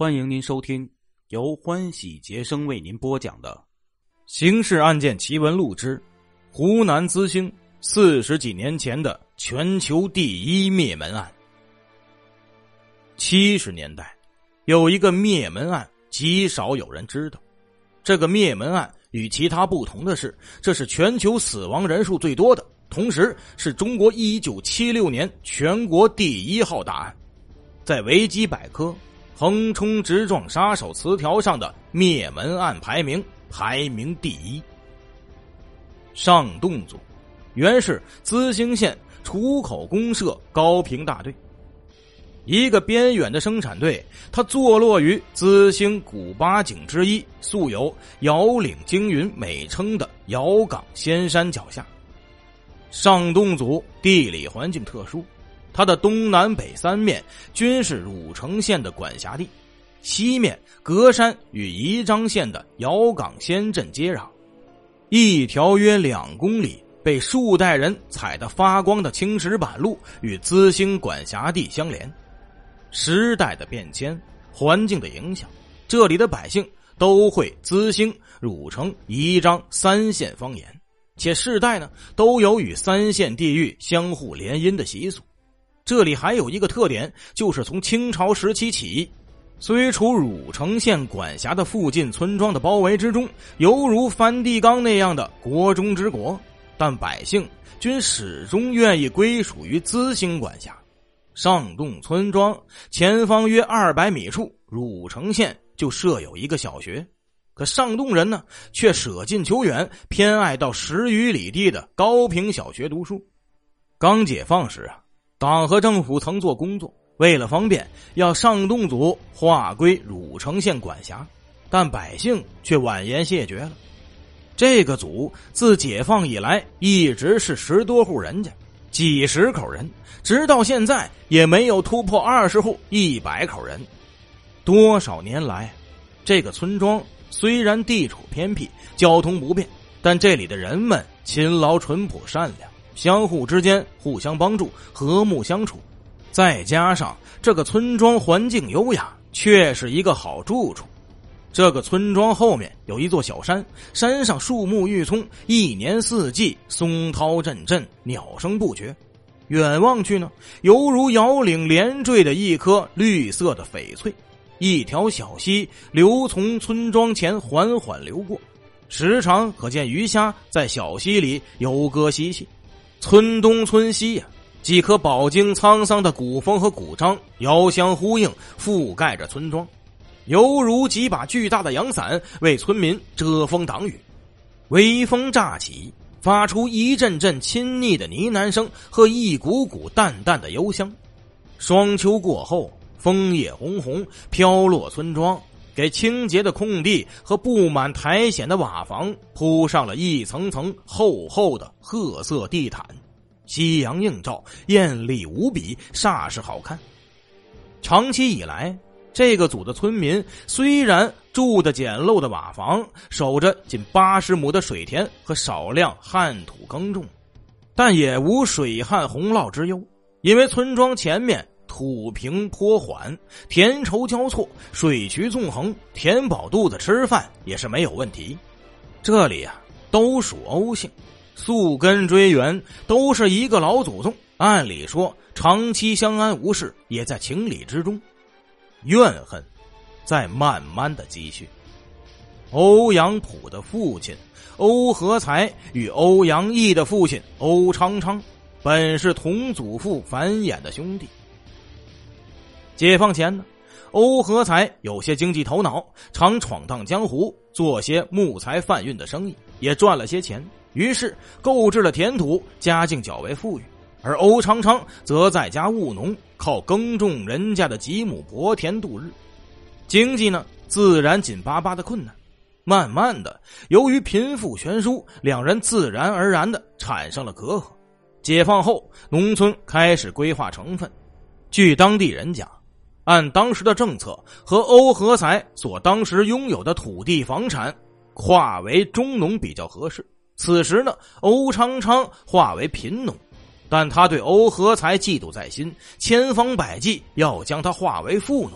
欢迎您收听由欢喜杰生为您播讲的《刑事案件奇闻录之湖南资兴40几年前的全球第一灭门案》。70年代，有一个灭门案极少有人知道。这个灭门案与其他不同的是，这是全球死亡人数最多的，同时是中国1976年全国第一号大案。在维基百科横冲直撞杀手词条上的灭门案排名第一。上洞组原是资兴县出口公社高平大队，一个边远的生产队，它坐落于资兴古八景之一，素有遥岭惊云美称的遥岗仙山脚下。上洞组地理环境特殊，它的东南北三面均是汝城县的管辖地，西面隔山与宜章县的遥岗仙镇接壤，一条约2公里被数代人踩得发光的青石板路与资兴管辖地相连。时代的变迁，环境的影响，这里的百姓都会资兴、汝城、宜章3县方言，且世代呢都有与3县地域相互联姻的习俗。这里还有一个特点，就是从清朝时期起，虽处汝城县管辖的附近村庄的包围之中，犹如梵蒂冈那样的国中之国，但百姓均始终愿意归属于资兴管辖。上洞村庄前方约200米处，汝城县就设有一个小学，可上洞人呢却舍近求远，偏爱到10余里地的高平小学读书。刚解放时党和政府曾做工作，为了方便要上洞组划归汝城县管辖，但百姓却婉言谢绝了。这个组自解放以来一直是10多户人家，几十口人，直到现在也没有突破20户100口人。多少年来，这个村庄虽然地处偏僻，交通不便，但这里的人们勤劳淳朴善良，相互之间互相帮助，和睦相处。再加上这个村庄环境优雅，却是一个好住处。这个村庄后面有一座小山，山上树木郁葱，一年四季松涛阵阵，鸟声不绝。远望去呢，犹如遥岭连缀的一颗绿色的翡翠。一条小溪流从村庄前缓缓流过，时常可见鱼虾在小溪里游歌嬉戏。村东村西几棵饱经沧桑的古枫和古樟遥相呼应，覆盖着村庄，犹如几把巨大的阳伞，为村民遮风挡雨。微风乍起，发出一阵阵亲昵的呢喃声和一股股淡淡的幽香。霜秋过后，枫叶红红飘落村庄，给清洁的空地和布满苔藓的瓦房铺上了一层层厚厚的褐色地毯，夕阳映照，艳丽无比，煞是好看。长期以来，这个组的村民虽然住的简陋的瓦房，守着近80亩的水田和少量旱土耕种，但也无水旱洪涝之忧，因为村庄前面土平坡缓，田畴交错，水渠纵横，填饱肚子吃饭也是没有问题。这里都属欧姓，溯根追源，都是一个老祖宗，按理说长期相安无事，也在情理之中。怨恨在慢慢的积蓄。欧阳普的父亲欧和才与欧阳毅的父亲欧昌昌本是同祖父繁衍的兄弟。解放前呢，欧和才有些经济头脑，常闯荡江湖，做些木材贩运的生意，也赚了些钱，于是购置了田土，家境较为富裕。而欧昌昌则在家务农，靠耕种人家的几亩薄田度日，经济呢自然紧巴巴的困难。慢慢的，由于贫富悬殊，两人自然而然的产生了隔阂。解放后，农村开始规划成分。据当地人讲，按当时的政策和欧和才所当时拥有的土地房产，划为中农比较合适。此时呢，欧昌昌划为贫农，但他对欧和才嫉妒在心，千方百计要将他划为富农。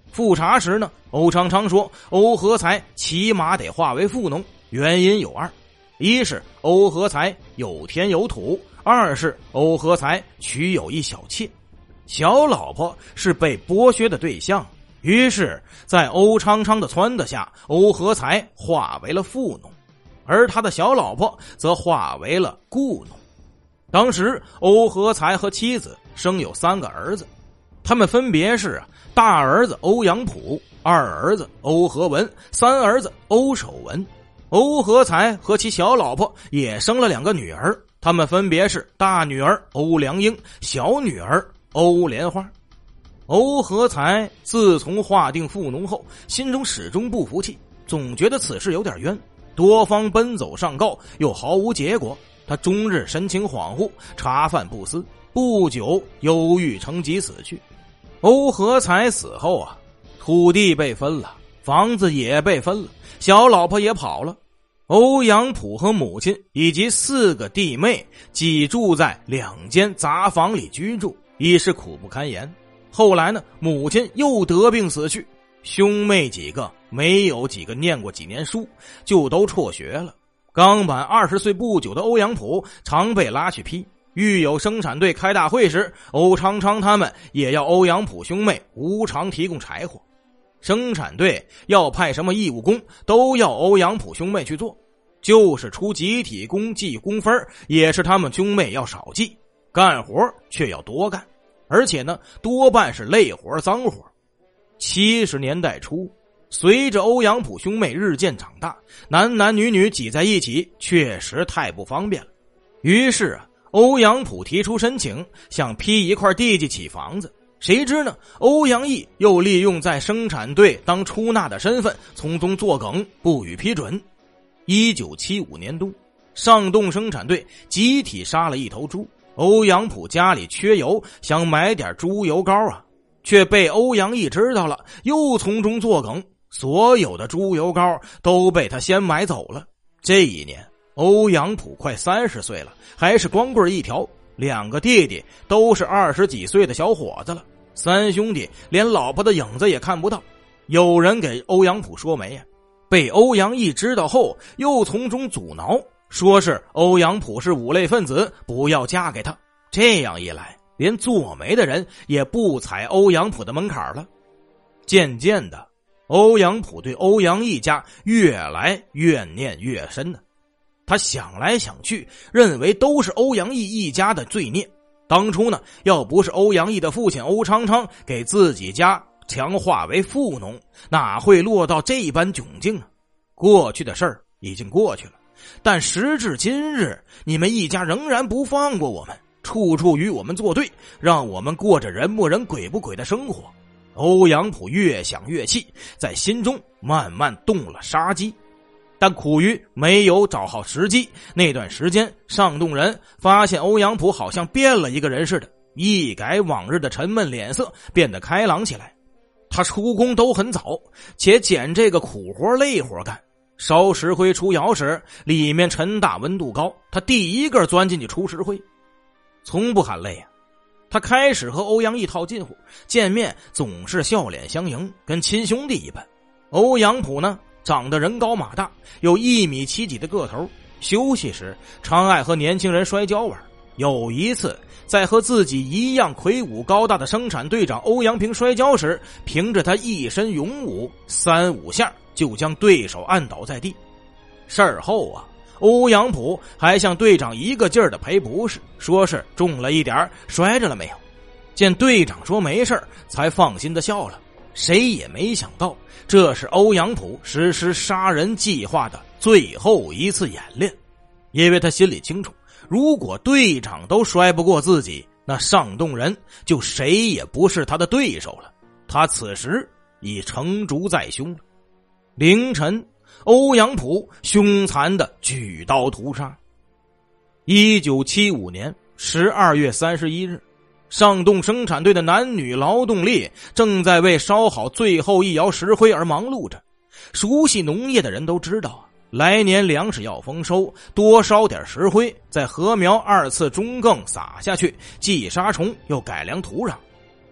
复查时呢，欧昌昌说欧和才起码得化为富农，原因有二：一是欧和才有田有土，二是欧和才娶有一小妾，小老婆是被剥削的对象。于是在欧昌昌的撺掇下，欧和才化为了富农，而他的小老婆则化为了雇农。当时欧和才和妻子生有3个儿子，他们分别是大儿子欧阳普，二儿子欧和文，三儿子欧守文。欧和才和其小老婆也生了2个女儿，他们分别是大女儿欧良英，小女儿欧莲花。欧和才自从划定富农后，心中始终不服气，总觉得此事有点冤，多方奔走上告又毫无结果，他终日神情恍惚，茶饭不思，不久忧郁成疾死去。欧和才死后土地被分了，房子也被分了，小老婆也跑了。欧阳普和母亲以及4个弟妹挤住在2间杂房里居住，已是苦不堪言。后来呢，母亲又得病死去，兄妹几个没有几个念过几年书，就都辍学了。刚满20岁不久的欧阳普常被拉去批，遇有生产队开大会时，欧昌昌他们也要欧阳普兄妹无偿提供柴火。生产队要派什么义务工，都要欧阳普兄妹去做，就是出集体工记工分，也是他们兄妹要少记，干活却要多干，而且呢，多半是累活脏活。70年代初，随着欧阳普兄妹日渐长大，男男女女挤在一起确实太不方便了。于是欧阳普提出申请，想批一块地界起房子。谁知呢，欧阳毅又利用在生产队当出纳的身份从中作梗，不予批准。1975年冬，上洞生产队集体杀了1头猪，欧阳普家里缺油，想买点猪油膏却被欧阳毅知道了，又从中作梗，所有的猪油膏都被他先买走了。这一年欧阳普快30岁了，还是光棍一条，2个弟弟都是20几岁的小伙子了，3兄弟连老婆的影子也看不到。有人给欧阳普说媒被欧阳毅知道后，又从中阻挠，说是欧阳普是5类分子，不要嫁给他。这样一来，连做媒的人也不踩欧阳普的门槛了。渐渐的，欧阳普对欧阳毅家越来怨念越深他想来想去，认为都是欧阳毅一家的罪孽。当初呢，要不是欧阳毅的父亲欧昌昌给自己家强化为富农，哪会落到这般窘境过去的事儿已经过去了，但时至今日，你们一家仍然不放过我们，处处与我们作对，让我们过着人不人鬼不鬼的生活。欧阳普越想越气，在心中慢慢动了杀机。但苦于没有找好时机，那段时间上洞人发现欧阳普好像变了一个人似的，一改往日的沉闷脸色，变得开朗起来。他出工都很早，且捡这个苦活累活干。烧石灰出窑时，里面沉大温度高，他第一个钻进去出石灰，从不喊累他开始和欧阳毅套近乎，见面总是笑脸相迎，跟亲兄弟一般。欧阳普呢，长得人高马大，有1.7米几的个头，休息时常爱和年轻人摔跤玩。有一次在和自己一样魁梧高大的生产队长欧阳平摔跤时，凭着他一身勇武，3、5下就将对手按倒在地。事儿后欧阳普还向队长一个劲儿的赔不是，说是重了一点，摔着了没有。见队长说没事，才放心的笑了。谁也没想到，这是欧阳普实施杀人计划的最后一次演练，因为他心里清楚，如果队长都摔不过自己，那上洞人就谁也不是他的对手了。他此时已成竹在胸了。凌晨，欧阳普凶残的举刀屠杀。1975年12月31日，上洞生产队的男女劳动力正在为烧好最后一窑石灰而忙碌着。熟悉农业的人都知道来年粮食要丰收，多烧点石灰，在禾苗2次中耕撒下去，忌杀虫又改良土壤。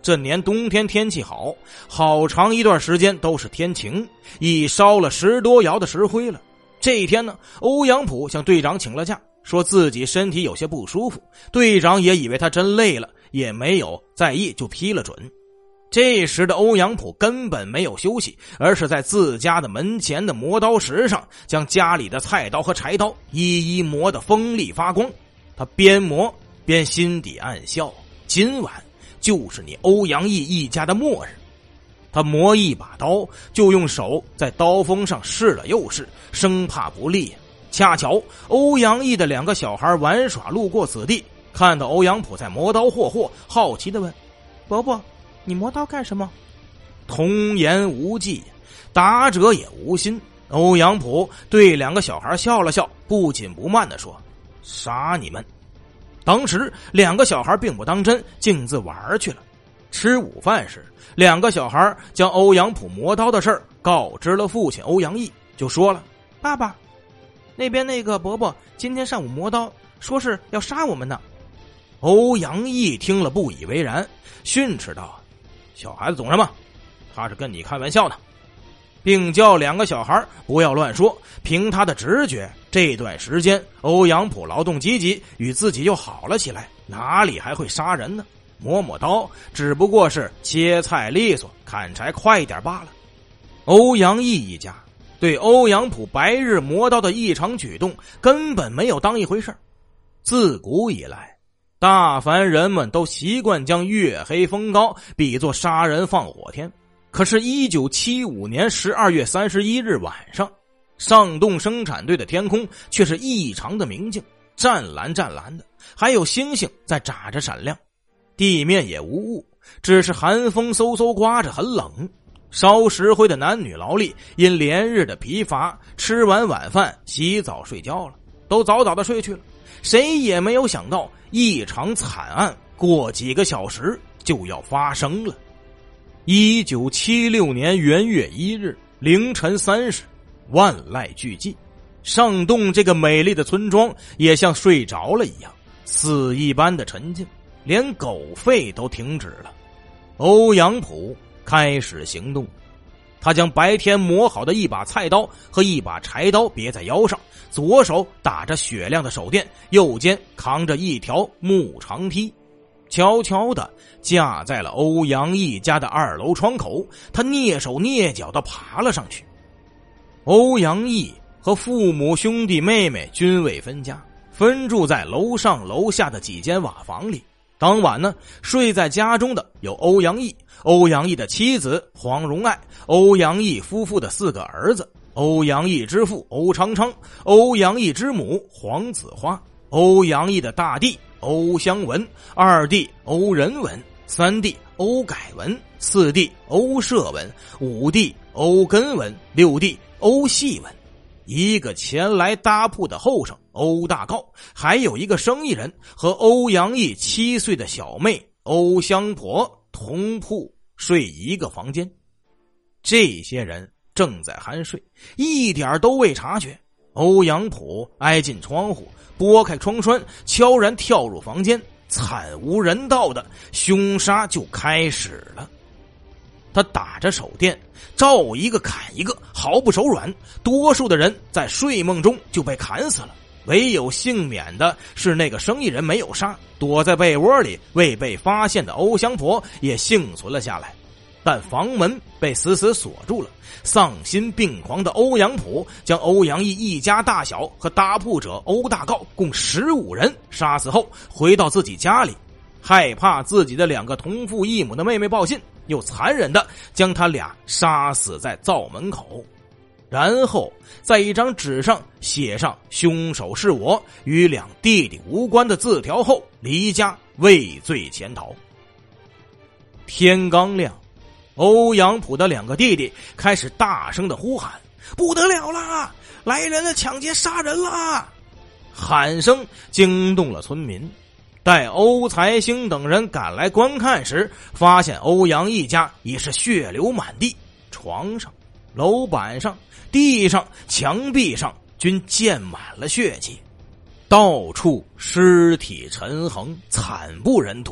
这年冬天天气好，好长一段时间都是天晴，已烧了10多窑的石灰了。这一天呢，欧阳普向队长请了假，说自己身体有些不舒服。队长也以为他真累了，也没有在意，就批了准。这时的欧阳普根本没有休息，而是在自家的门前的磨刀石上，将家里的菜刀和柴刀一一磨得锋利发光。他边磨边心底暗笑，今晚就是你欧阳毅一家的末日。他磨一把刀，就用手在刀锋上试了又试，生怕不利。恰巧欧阳毅的2个小孩玩耍路过此地，看到欧阳普在磨刀霍霍，好奇地问：伯伯，你磨刀干什么？童言无忌，答者也无心。欧阳普对2个小孩笑了笑，不紧不慢地说：杀你们。当时2个小孩并不当真，径自玩去了。吃午饭时，2个小孩将欧阳普磨刀的事儿告知了父亲欧阳毅，就说了：爸爸，那边那个伯伯今天上午磨刀，说是要杀我们呢。欧阳毅听了不以为然，训斥道：小孩子懂什么？他是跟你开玩笑呢。并叫2个小孩不要乱说，凭他的直觉，这段时间欧阳普劳动积极，与自己又好了起来，哪里还会杀人呢？磨刀只不过是切菜利索，砍柴快一点罢了。欧阳毅一家对欧阳普白日磨刀的异常举动根本没有当一回事。自古以来，大凡人们都习惯将月黑风高比作杀人放火天。可是1975年12月31日晚上，上洞生产队的天空却是异常的明净，湛蓝湛蓝的，还有星星在眨着闪亮。地面也无雾，只是寒风嗖嗖刮着，很冷。烧石灰的男女劳力因连日的疲乏，吃完晚饭洗澡睡觉了，都早早的睡去了。谁也没有想到，一场惨案过几个小时就要发生了。1976年元月1日凌晨3时，万籁俱寂，上洞这个美丽的村庄也像睡着了一样，死一般的沉静，连狗吠都停止了。欧阳普开始行动，他将白天磨好的一把菜刀和一把柴刀别在腰上，左手打着雪亮的手电，右肩扛着一条木长梯，悄悄地架在了欧阳毅家的2楼窗口。他蹑手蹑脚地爬了上去。欧阳毅和父母兄弟妹妹均未分家，分住在楼上楼下的几间瓦房里。当晚呢，睡在家中的有欧阳毅、欧阳毅的妻子黄荣爱、欧阳毅夫妇的4个儿子，欧阳毅之父欧昌昌、欧阳毅之母黄子花、欧阳毅的大弟欧湘文、2弟欧仁文、3弟欧改文、4弟欧社文、5弟欧根文、6弟欧细文，一个前来搭铺的后生欧大诰，还有一个生意人和欧阳毅7岁的小妹欧香婆同铺睡一个房间。这些人正在酣睡，一点都未察觉。欧阳普挨近窗户，拨开窗栓，悄然跳入房间，惨无人道的凶杀就开始了。他打着手电，照一个砍一个，毫不手软。多数的人在睡梦中就被砍死了，唯有幸免的是那个生意人没有杀，躲在被窝里未被发现的欧香婆也幸存了下来。但房门被死死锁住了。丧心病狂的欧阳普将欧阳毅一家大小和搭铺者欧大诰共15人杀死后，回到自己家里，害怕自己的2个同父异母的妹妹报信，又残忍地将他俩杀死在灶门口，然后在一张纸上写上凶手是我，与2弟弟无关的字条后，离家畏罪潜逃。天刚亮，欧阳普的2个弟弟开始大声的呼喊：不得了啦，来人了，抢劫杀人啦！喊声惊动了村民。待欧才兴等人赶来观看时，发现欧阳一家已是血流满地，床上、楼板上、地上、墙壁上均溅满了血迹，到处尸体陈横，惨不忍睹。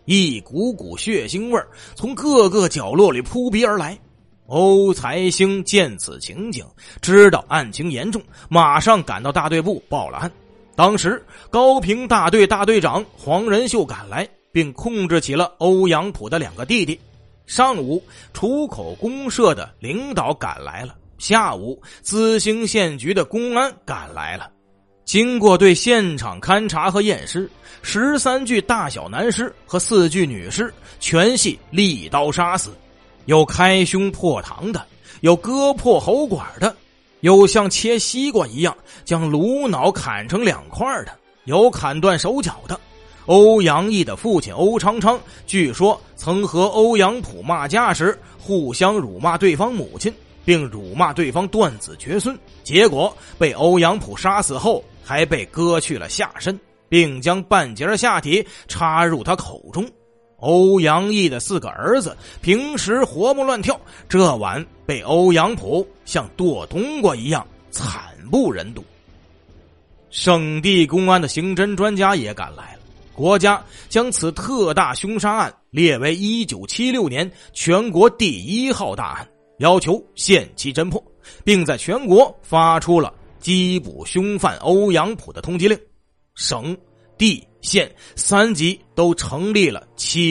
一股股血腥味从各个角落里扑鼻而来。欧才兴见此情景，知道案情严重，马上赶到大队部报了案。当时高平大队大队长黄仁秀赶来，并控制起了欧阳普的2个弟弟。上午楚口公社的领导赶来了，下午资兴县局的公安赶来了。经过对现场勘查和验尸，13具大小男尸和4具女尸全系利刀杀死，有开胸破膛的，有割破喉管的，有像切西瓜一样将颅脑砍成2块的，有砍断手脚的。欧阳毅的父亲欧昌昌据说曾和欧阳普骂架时互相辱骂对方母亲，并辱骂对方断子绝孙，结果被欧阳普杀死后还被割去了下身，并将半截下体插入他口中。欧阳毅的4个儿子平时活蹦乱跳，这晚被欧阳普像剁冬瓜一样惨不忍睹。省地公安的刑侦专家也赶来了，国家将此特大凶杀案列为1976年全国第1号大案，要求限期侦破，并在全国发出了缉捕凶犯欧阳普的通缉令。省、地、县3级都成立了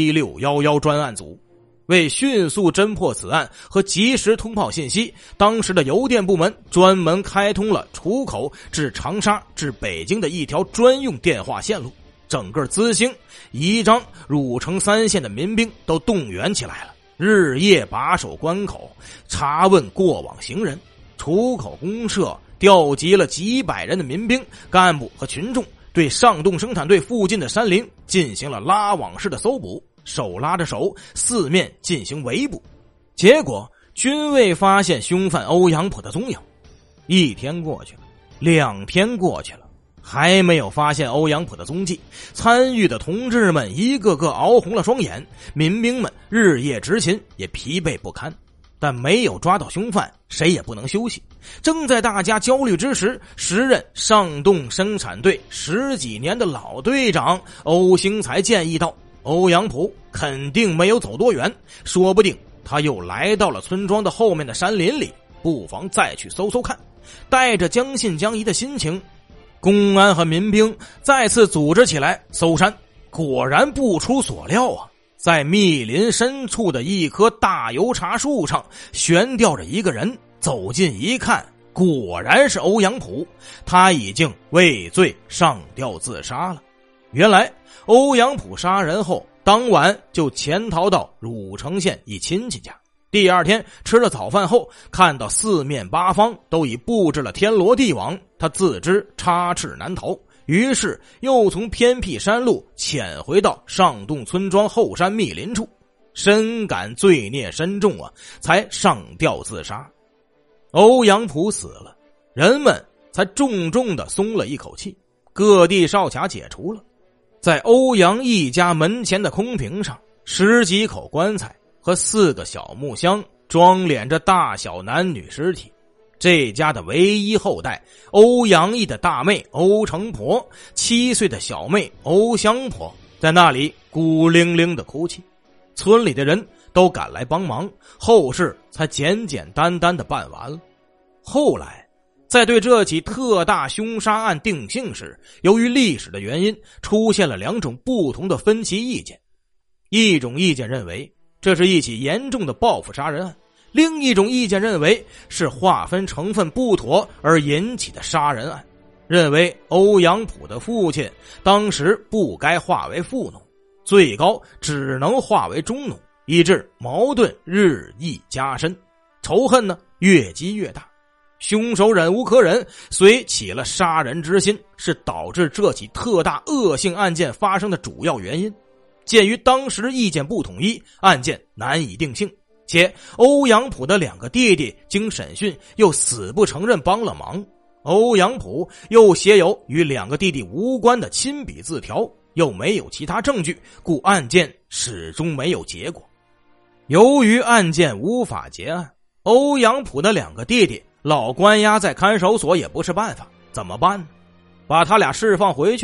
7611专案组。为迅速侦破此案和及时通报信息，当时的邮电部门专门开通了楚口至长沙至北京的一条专用电话线路。整个资兴、宜章、汝城3县的民兵都动员起来了，日夜把守关口，查问过往行人。楚口公社调集了几百人的民兵、干部和群众，对上洞生产队附近的山林进行了拉网式的搜捕，手拉着手，四面进行围捕。结果均未发现凶犯欧阳普的踪影。1天过去了，2天过去了，还没有发现欧阳普的踪迹。参与的同志们一个个熬红了双眼，民兵们日夜执勤，也疲惫不堪。但没有抓到凶犯，谁也不能休息。正在大家焦虑之时，时任上洞生产队10几年的老队长欧兴才建议道，欧阳普肯定没有走多远，说不定他又来到了村庄的后面的山林里，不妨再去搜搜看。带着将信将疑的心情，公安和民兵再次组织起来搜山。果然不出所料啊，在密林深处的一棵大油茶树上悬吊着一个人，走近一看，果然是欧阳普，他已经畏罪上吊自杀了。原来欧阳普杀人后，当晚就潜逃到汝城县一亲戚家。第2天吃了早饭后，看到4面8方都已布置了天罗地网，他自知插翅难逃，于是又从偏僻山路潜回到上洞村庄后山密林处，深感罪孽深重啊，才上吊自杀。欧阳普死了，人们才重重地松了一口气，各地哨卡解除了。在欧阳一家门前的空坪上，10几口棺材和4个小木箱装殓着大小男女尸体。这家的唯一后代欧阳毅的大妹欧成婆，7岁的小妹欧香婆在那里孤零零的哭泣。村里的人都赶来帮忙，后事才简简单单的办完了。后来在对这起特大凶杀案定性时，由于历史的原因，出现了2种不同的分歧意见。一种意见认为这是一起严重的报复杀人案，另一种意见认为是划分成分不妥而引起的杀人案，认为欧阳普的父亲当时不该划为富农，最高只能划为中农，以致矛盾日益加深，仇恨呢越积越大。凶手忍无可忍，遂起了杀人之心，是导致这起特大恶性案件发生的主要原因。鉴于当时意见不统一，案件难以定性，且欧阳普的2个弟弟经审讯又死不承认帮了忙，欧阳普又写有与2个弟弟无关的亲笔字条，又没有其他证据，故案件始终没有结果。由于案件无法结案，欧阳普的2个弟弟老关押在看守所也不是办法，怎么办呢？把他俩释放回去吗？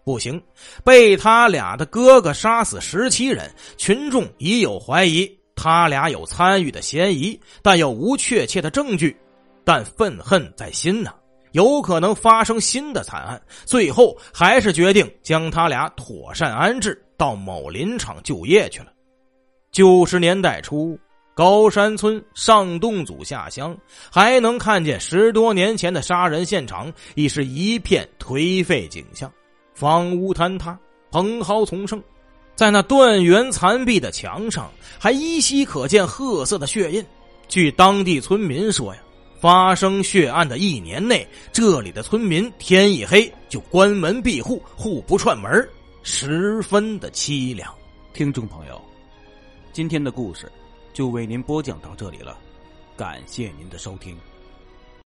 不行，被他俩的哥哥杀死17人，群众已有怀疑他俩有参与的嫌疑，但又无确切的证据。但愤恨在心呐，有可能发生新的惨案，最后还是决定将他俩妥善安置到某林场就业去了。90年代初，高山村上洞组下乡，还能看见10多年前的杀人现场，已是一片颓废景象，房屋坍塌，蓬蒿丛生，在那断垣残壁的墙上还依稀可见褐色的血印。据当地村民说呀，发生血案的1年内，这里的村民天一黑就关门闭户，互不串门，十分的凄凉。 听众朋友，今天的故事就为您播讲到这里了，感谢您的收听。